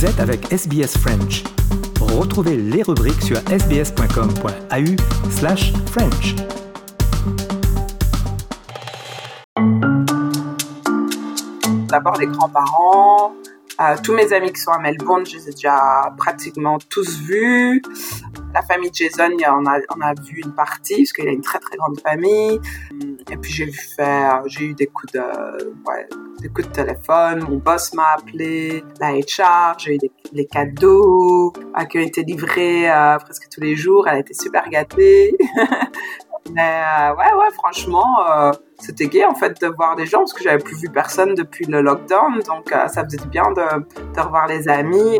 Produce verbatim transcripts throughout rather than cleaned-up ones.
Vous êtes avec S B S French. Retrouvez les rubriques sur sbs.com.au slash French. D'abord les grands-parents, euh, tous mes amis qui sont à Melbourne, je les ai déjà pratiquement tous vus. La famille de Jason, on a, on a vu une partie, parce qu'il a une très très grande famille. Et puis j'ai fait, j'ai eu des coups de, ouais, des coups de téléphone. Mon boss m'a appelé, la H R, j'ai eu des, les cadeaux euh, qui ont été livrés euh, presque tous les jours. Elle a été super gâtée. Mais euh, ouais, ouais, franchement, euh, c'était gai en fait de voir des gens parce que j'avais plus vu personne depuis le lockdown. Donc euh, ça faisait du bien de, de revoir les amis.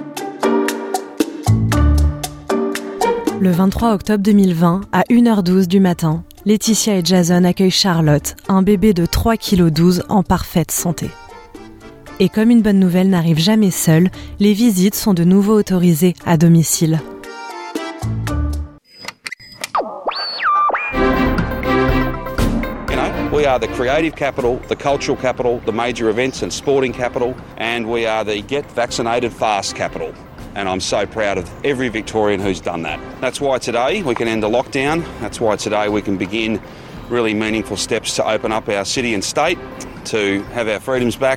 Le vingt-trois octobre deux mille vingt, à une heure douze du matin, Laetitia et Jason accueillent Charlotte, un bébé de trois virgule douze kilos en parfaite santé. Et comme une bonne nouvelle n'arrive jamais seule, les visites sont de nouveau autorisées à domicile. We are the creative capital, the cultural capital, the major events and sporting capital, and we are the get vaccinated fast capital. And I'm so proud of every Victorian who's done that. That's why today we can end the lockdown. That's why today we can begin really meaningful steps to open up our city and state, to have our freedoms back.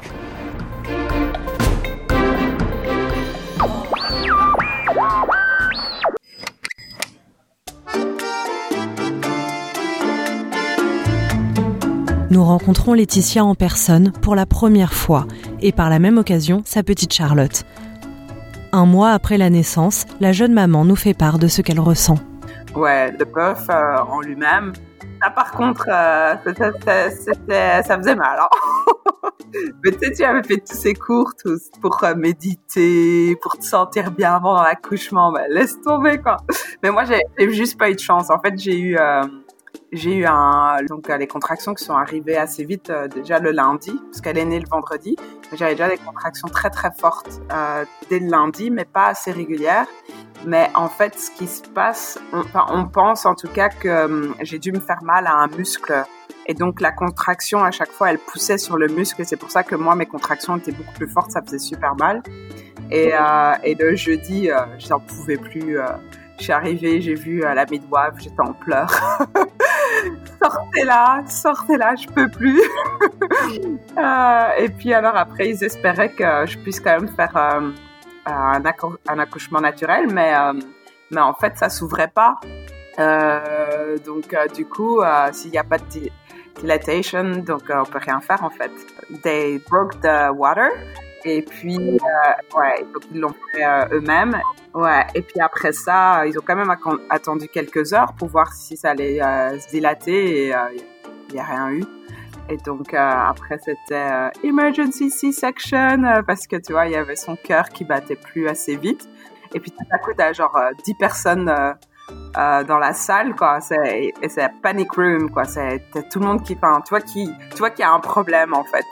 Nous rencontrons Laetitia en personne pour la première fois et par la même occasion sa petite Charlotte. Un mois après la naissance, la jeune maman nous fait part de ce qu'elle ressent. Ouais, le bœuf euh, en lui-même. Là, par contre, euh, c'était, c'était, ça faisait mal. Hein. Mais tu sais, tu avais fait tous ces cours tous pour euh, méditer, pour te sentir bien avant l'accouchement. Ben, laisse tomber, quoi. Mais moi, j'ai, j'ai juste pas eu de chance. En fait, j'ai eu... Euh, J'ai eu un, donc, euh, les contractions qui sont arrivées assez vite, euh, déjà le lundi, parce qu'elle est née le vendredi. J'avais déjà des contractions très très fortes euh, dès le lundi, mais pas assez régulières. Mais en fait, ce qui se passe, on, enfin, on pense en tout cas que euh, j'ai dû me faire mal à un muscle. Et donc la contraction, à chaque fois, elle poussait sur le muscle. Et c'est pour ça que moi, mes contractions étaient beaucoup plus fortes, ça faisait super mal. Et, euh, et le jeudi, euh, je n'en pouvais plus. Euh, je suis arrivée, j'ai vu euh, la midwife, j'étais en pleurs. sortez là, sortez là, je peux plus. euh, et puis alors après, ils espéraient que je puisse quand même faire euh, un, accou- un accouchement naturel, mais euh, mais en fait, ça s'ouvrait pas. Euh, donc euh, du coup, euh, s'il n'y a pas de dil- dilatation, donc euh, on peut rien faire en fait. They broke the water. Et puis, euh, ouais, donc ils l'ont fait euh, eux-mêmes. Ouais. Et puis après ça, ils ont quand même ac- attendu quelques heures pour voir si ça allait euh, se dilater et il euh, n'y a rien eu. Et donc euh, après, c'était euh, emergency C-section euh, parce que tu vois, il y avait son cœur qui battait plus assez vite. Et puis tout à coup, t'as genre euh, dix personnes euh, euh, dans la salle, quoi. C'est, et c'est panic room, quoi. C'est t'as tout le monde qui, enfin, tu vois qui, tu vois qu'il y a un problème en fait.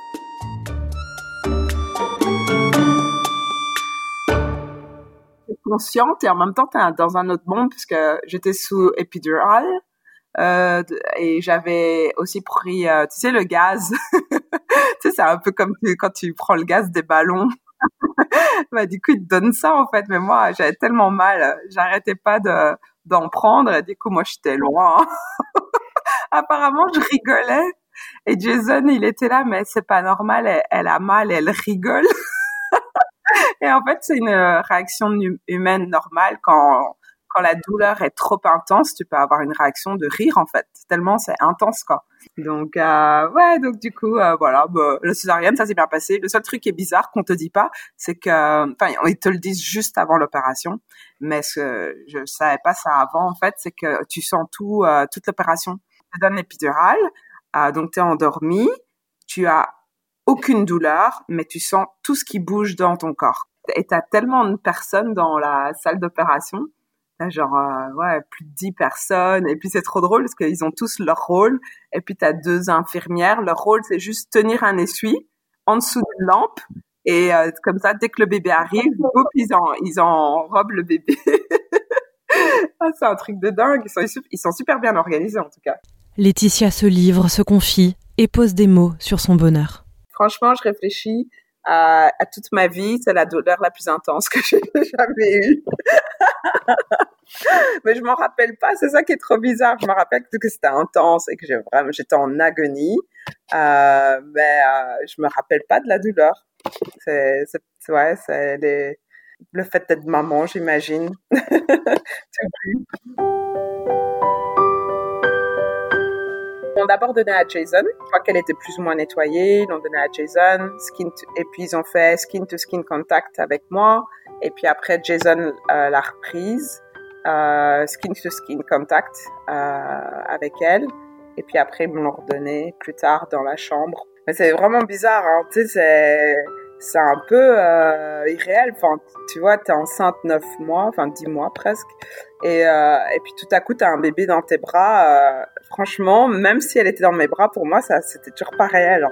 Consciente et en même temps t'es dans un autre monde puisque j'étais sous épidural euh, et j'avais aussi pris euh, tu sais le gaz tu sais c'est un peu comme quand tu prends le gaz des ballons bah du coup ils te donnent ça en fait mais moi j'avais tellement mal j'arrêtais pas de d'en prendre et du coup moi j'étais loin apparemment je rigolais et Jason il était là mais c'est pas normal elle, elle a mal et elle rigole. Et en fait, c'est une réaction humaine normale quand quand la douleur est trop intense, tu peux avoir une réaction de rire en fait, tellement c'est intense quoi. Donc euh, ouais, donc du coup euh, voilà, bah, le césarienne ça s'est bien passé. Le seul truc qui est bizarre qu'on te dit pas, c'est que enfin ils te le disent juste avant l'opération, mais ce que je savais pas ça avant en fait, c'est que tu sens tout euh, toute l'opération. Tu te donnes l'épidurale, euh, donc tu es endormi, tu as aucune douleur, mais tu sens tout ce qui bouge dans ton corps. Et t'as tellement de personnes dans la salle d'opération, t'as genre euh, ouais plus de dix personnes, et puis c'est trop drôle parce qu'ils ont tous leur rôle. Et puis t'as deux infirmières, leur rôle c'est juste tenir un essuie en dessous d'une lampe, et euh, comme ça dès que le bébé arrive, boum, ils en ils enrobent le bébé. Ah, c'est un truc de dingue. Ils sont ils sont super bien organisés en tout cas. Laetitia se livre, se confie et pose des mots sur son bonheur. Franchement, je réfléchis Euh, à toute ma vie, c'est la douleur la plus intense que j'ai jamais eue. Mais je m'en rappelle pas, c'est ça qui est trop bizarre. Je me rappelle que c'était intense et que j'ai vraiment, j'étais en agonie. Euh, mais euh, je me rappelle pas de la douleur. C'est, c'est, ouais, c'est les, le fait d'être maman, j'imagine. Ils l'ont d'abord donné à Jason. Je crois qu'elle était plus ou moins nettoyée. Ils l'ont donné à Jason. Skin to, et puis, ils ont fait skin to skin contact avec moi. Et puis après, Jason euh, l'a reprise. Euh, skin to skin contact euh, avec elle. Et puis après, ils me l'ont redonné plus tard dans la chambre. Mais c'est vraiment bizarre, hein. Tu sais, c'est, c'est un peu euh, irréel. Enfin, tu vois, t'es enceinte neuf mois, enfin dix mois presque. Et, euh, et puis tout à coup, t'as un bébé dans tes bras. Euh, franchement, même si elle était dans mes bras, pour moi, ça, c'était toujours pas réel, hein.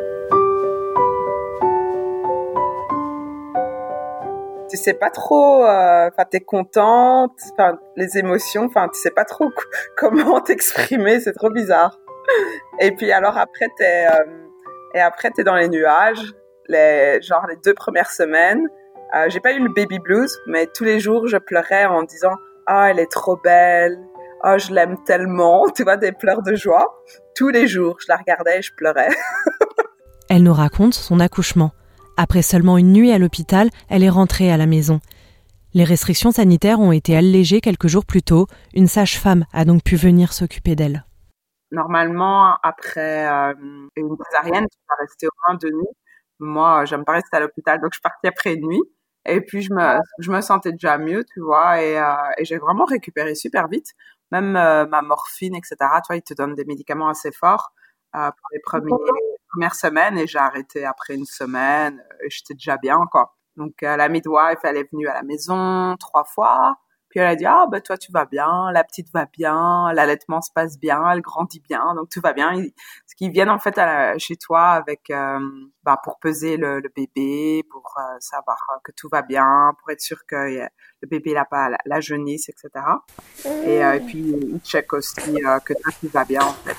Tu sais pas trop, enfin euh, t'es contente, enfin les émotions, enfin tu sais pas trop c- comment t'exprimer, c'est trop bizarre. Et puis alors après t'es euh, et après t'es dans les nuages, les genre les deux premières semaines. Euh, j'ai pas eu le baby blues, mais tous les jours je pleurais en disant ah elle est trop belle, ah je l'aime tellement, tu vois, des pleurs de joie. Tous les jours je la regardais et je pleurais. Elle nous raconte son accouchement. Après seulement une nuit à l'hôpital, elle est rentrée à la maison. Les restrictions sanitaires ont été allégées quelques jours plus tôt. Une sage-femme a donc pu venir s'occuper d'elle. Normalement, après euh, une césarienne, tu vas rester au moins deux nuits. Moi, j'aime pas rester à l'hôpital, donc je suis partie après une nuit. Et puis, je me, je me sentais déjà mieux, tu vois, et, euh, et j'ai vraiment récupéré super vite. Même euh, ma morphine, et cetera. Tu vois, ils te donnent des médicaments assez forts euh, pour les premiers, premières semaines, et j'ai arrêté après une semaine. Et j'étais déjà bien, quoi. Donc, euh, la midwife, elle est venue à la maison trois fois. Puis elle a dit, ah, ben, toi, tu vas bien, la petite va bien, l'allaitement se passe bien, elle grandit bien, donc tout va bien. Ils, parce qu'ils viennent, en fait, à la, chez toi avec, euh, bah, pour peser le, le bébé, pour euh, savoir que tout va bien, pour être sûr que euh, le bébé n'a pas la, la jaunisse, et cetera. Et, euh, et puis, ils checkent aussi euh, que toi, tout va bien, en fait.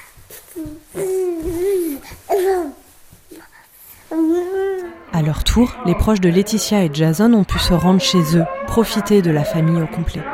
À leur tour, les proches de Laetitia et Jason ont pu se rendre chez eux, profiter de la famille au complet.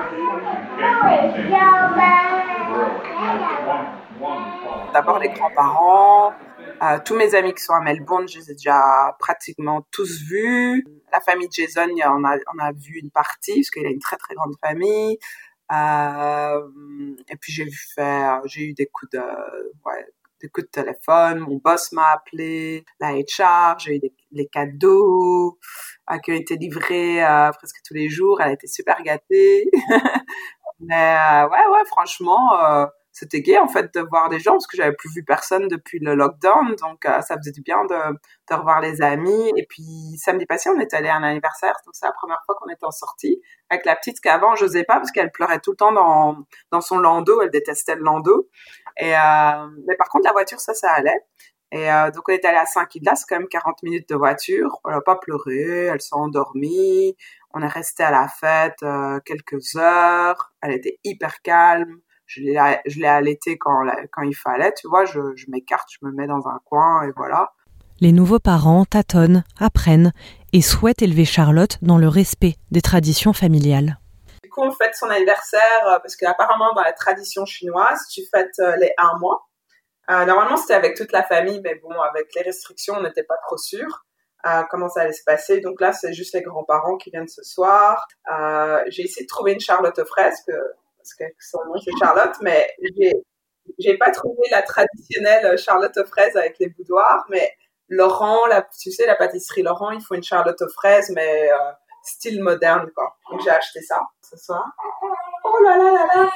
D'abord les grands-parents, euh, tous mes amis qui sont à Melbourne, je les ai déjà pratiquement tous vus. La famille de Jason, on a, on a vu une partie, parce qu'il a une très très grande famille. Euh, et puis j'ai vu faire, j'ai eu des coups de, ouais, des coups de téléphone, mon boss m'a appelé, la H R, j'ai eu des, les cadeaux euh, qui ont été livrés euh, presque tous les jours, elle a été super gâtée. Mais euh, ouais, ouais, franchement, euh, c'était gai en fait de voir des gens parce que j'avais plus vu personne depuis le lockdown, donc euh, ça faisait du bien de, de revoir les amis. Et puis samedi passé, on est allé à un anniversaire, donc c'est la première fois qu'on était en sortie avec la petite qu'avant j'osais pas parce qu'elle pleurait tout le temps dans dans son landau, elle détestait le landau. Et euh, mais par contre la voiture ça ça allait. Et euh, donc on est allé à Saint-Kilda, c'est quand même quarante minutes de voiture. Elle a pas pleuré, elle s'est endormie. On est resté à la fête euh, quelques heures. Elle était hyper calme. Je l'ai, je l'ai allaitée quand, quand il fallait, tu vois. Je, je m'écarte, je me mets dans un coin et voilà. Les nouveaux parents tâtonnent, apprennent et souhaitent élever Charlotte dans le respect des traditions familiales. Du coup, on fête son anniversaire parce qu'apparemment, dans la tradition chinoise, tu fêtes les un mois. Euh, normalement, c'était avec toute la famille, mais bon, avec les restrictions, on n'était pas trop sûrs euh, comment ça allait se passer. Donc là, c'est juste les grands-parents qui viennent ce soir. Euh, j'ai essayé de trouver une Charlotte aux fraises, que, parce que son nom, c'est Charlotte, mais j'ai, j'ai pas trouvé la traditionnelle Charlotte aux fraises avec les boudoirs, mais Laurent, la, tu sais, la pâtisserie Laurent, il faut une Charlotte aux fraises, mais euh, style moderne, quoi. Donc j'ai acheté ça ce soir. Oh là là là là!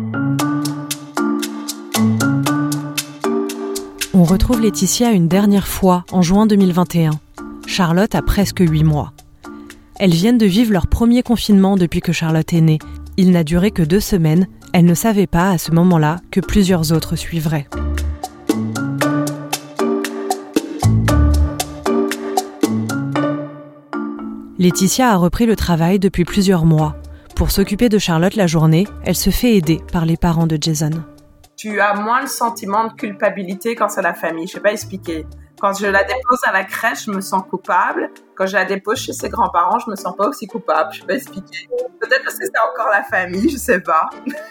On retrouve Laetitia une dernière fois en juin deux mille vingt et un. Charlotte a presque huit mois. Elles viennent de vivre leur premier confinement depuis que Charlotte est née. Il n'a duré que deux semaines. Elle ne savait pas à ce moment-là que plusieurs autres suivraient. Laetitia a repris le travail depuis plusieurs mois. Pour s'occuper de Charlotte la journée, elle se fait aider par les parents de Jason. Tu as moins le sentiment de culpabilité quand c'est la famille. Je sais pas expliquer. Quand je la dépose à la crèche, je me sens coupable. Quand je la dépose chez ses grands-parents, je me sens pas aussi coupable. Je peux expliquer. Peut-être parce que c'est encore la famille, je sais pas.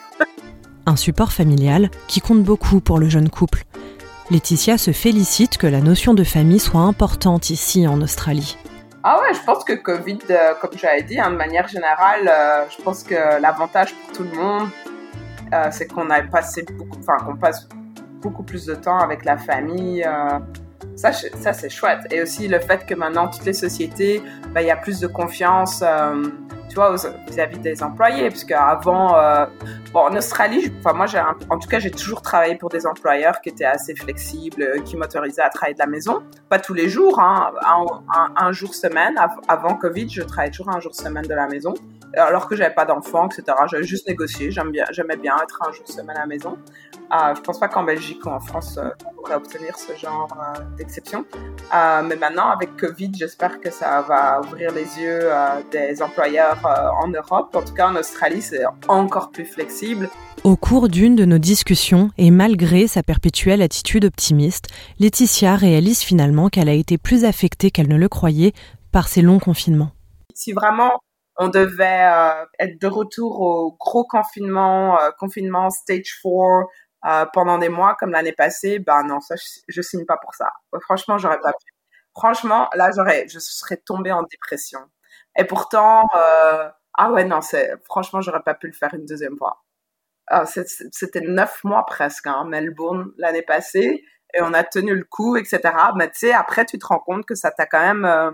Un support familial qui compte beaucoup pour le jeune couple. Laetitia se félicite que la notion de famille soit importante ici en Australie. Ah ouais, je pense que Covid, euh, comme j'avais dit, hein, de manière générale, euh, je pense que l'avantage pour tout le monde, euh, c'est qu'on a passé beaucoup, enfin qu'on passe beaucoup plus de temps avec la famille. Euh, ça, ça, c'est chouette. Et aussi le fait que maintenant, toutes les sociétés, bah, il y a plus de confiance, euh, tu vois, vis-à-vis des employés. Parce qu'avant, euh, bon, en Australie, enfin, moi, j'ai un, en tout cas, j'ai toujours travaillé pour des employeurs qui étaient assez flexibles, qui m'autorisaient à travailler de la maison. Pas tous les jours, hein, un, un, un jour semaine. Avant Covid, je travaillais toujours un jour semaine de la maison. Alors que j'avais pas d'enfants, et cetera. J'avais juste négocié. J'aime bien, j'aimais bien être un jour semaine à la maison. Euh, je pense pas qu'en Belgique ou en France, euh, on pourrait obtenir ce genre euh, d'exception. Euh, mais maintenant, avec Covid, j'espère que ça va ouvrir les yeux euh, des employeurs euh, en Europe. En tout cas, en Australie, c'est encore plus flexible. Au cours d'une de nos discussions, et malgré sa perpétuelle attitude optimiste, Laetitia réalise finalement qu'elle a été plus affectée qu'elle ne le croyait par ces longs confinements. Si vraiment on devait euh, être de retour au gros confinement, euh, confinement stage four, euh, pendant des mois comme l'année passée, ben non, ça, je, je signe pas pour ça. Franchement, j'aurais pas pu. Franchement, là, j'aurais, je serais tombée en dépression. Et pourtant, euh, ah ouais, non, c'est, franchement, j'aurais pas pu le faire une deuxième fois. Euh, c'est, c'était neuf mois presque, hein, Melbourne, l'année passée, et on a tenu le coup, et cetera. Mais tu sais, après, tu te rends compte que ça t'a quand même euh,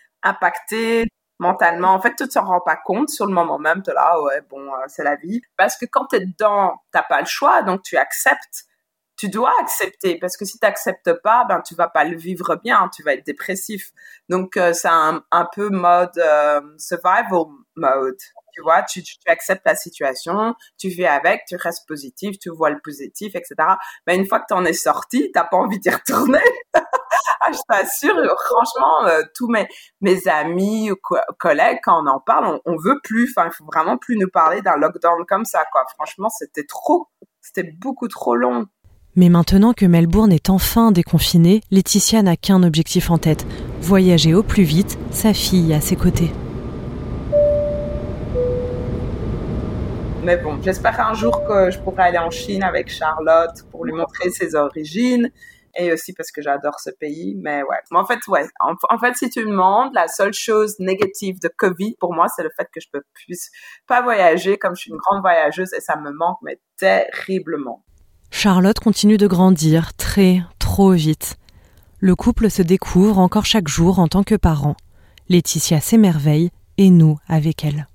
impacté mentalement. En fait, tu te rends pas compte sur le moment même, t'es là, ouais, bon, euh, c'est la vie. Parce que quand t'es dedans, t'as pas le choix, donc tu acceptes. Tu dois accepter, parce que si t'acceptes pas, ben tu vas pas le vivre bien, tu vas être dépressif. Donc euh, c'est un, un peu mode euh, survival mode. Tu vois, tu, tu, tu acceptes la situation, tu vis avec, tu restes positif, tu vois le positif, et cetera. Mais une fois que t'en es sorti, t'as pas envie d'y retourner. Ah, je t'assure, franchement, euh, tous mes, mes amis ou co- collègues, quand on en parle, on, on veut plus. Enfin, il faut vraiment plus nous parler d'un lockdown comme ça, quoi. Franchement, c'était trop, c'était beaucoup trop long. Mais maintenant que Melbourne est enfin déconfinée, Laetitia n'a qu'un objectif en tête, voyager au plus vite, sa fille à ses côtés. Mais bon, j'espère un jour que je pourrai aller en Chine avec Charlotte pour lui montrer ses origines. Et aussi parce que j'adore ce pays, mais ouais. Mais en fait, ouais. En, en fait, si tu me demandes, la seule chose négative de Covid, pour moi, c'est le fait que je peux plus pas voyager comme je suis une grande voyageuse et ça me manque, mais terriblement. Charlotte continue de grandir très, trop vite. Le couple se découvre encore chaque jour en tant que parents. Laetitia s'émerveille et nous avec elle.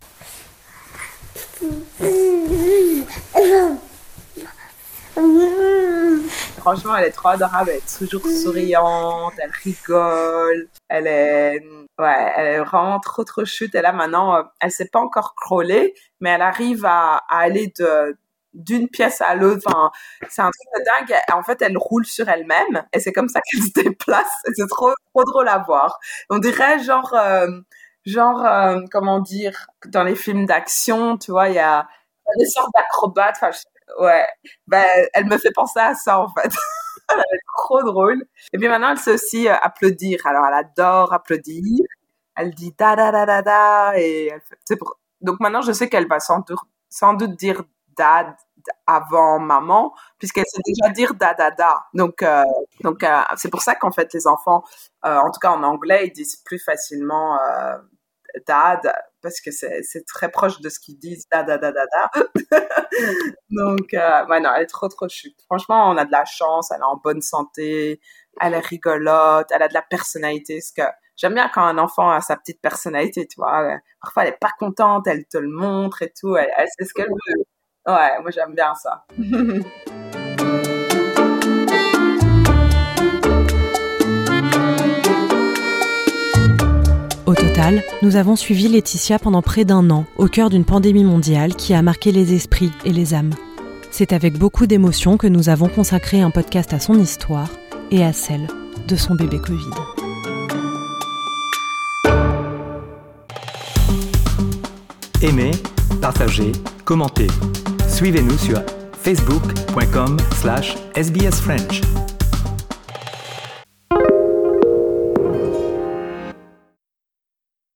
Franchement, elle est trop adorable, elle est toujours souriante, elle rigole, elle est, ouais, elle est vraiment trop trop chute. Et là maintenant, elle sait pas encore crawler, mais elle arrive à, à aller de d'une pièce à l'autre. Enfin, c'est un truc de dingue. En fait, elle roule sur elle-même et c'est comme ça qu'elle se déplace. Et c'est trop trop drôle à voir. On dirait genre euh, genre euh, comment dire, dans les films d'action, tu vois, il y a des sortes d'acrobates. Enfin, je, ouais, ben elle me fait penser à ça en fait. Elle est trop drôle. Et puis maintenant, elle sait aussi euh, applaudir. Alors, elle adore applaudir. Elle dit da da da da da et elle fait, c'est pour... donc maintenant, je sais qu'elle va sans doute sans doute dire dad avant maman, puisqu'elle sait déjà dire da da da. Donc, euh, donc euh, c'est pour ça qu'en fait, les enfants, euh, en tout cas en anglais, ils disent plus facilement euh, dad, parce que c'est, c'est très proche de ce qu'ils disent da da da da da. Donc, euh, ouais, non, elle est trop trop chute. Franchement, on a de la chance, elle est en bonne santé, elle est rigolote, elle a de la personnalité, ce que j'aime bien quand un enfant a sa petite personnalité, tu vois. Parfois, elle est pas contente, elle te le montre et tout, elle, elle sait ce qu'elle veut. Ouais, moi j'aime bien ça. Au total, nous avons suivi Laetitia pendant près d'un an, au cœur d'une pandémie mondiale qui a marqué les esprits et les âmes. C'est avec beaucoup d'émotion que nous avons consacré un podcast à son histoire et à celle de son bébé Covid. Aimez, partagez, commentez. Suivez-nous sur facebook point com slash S B S French.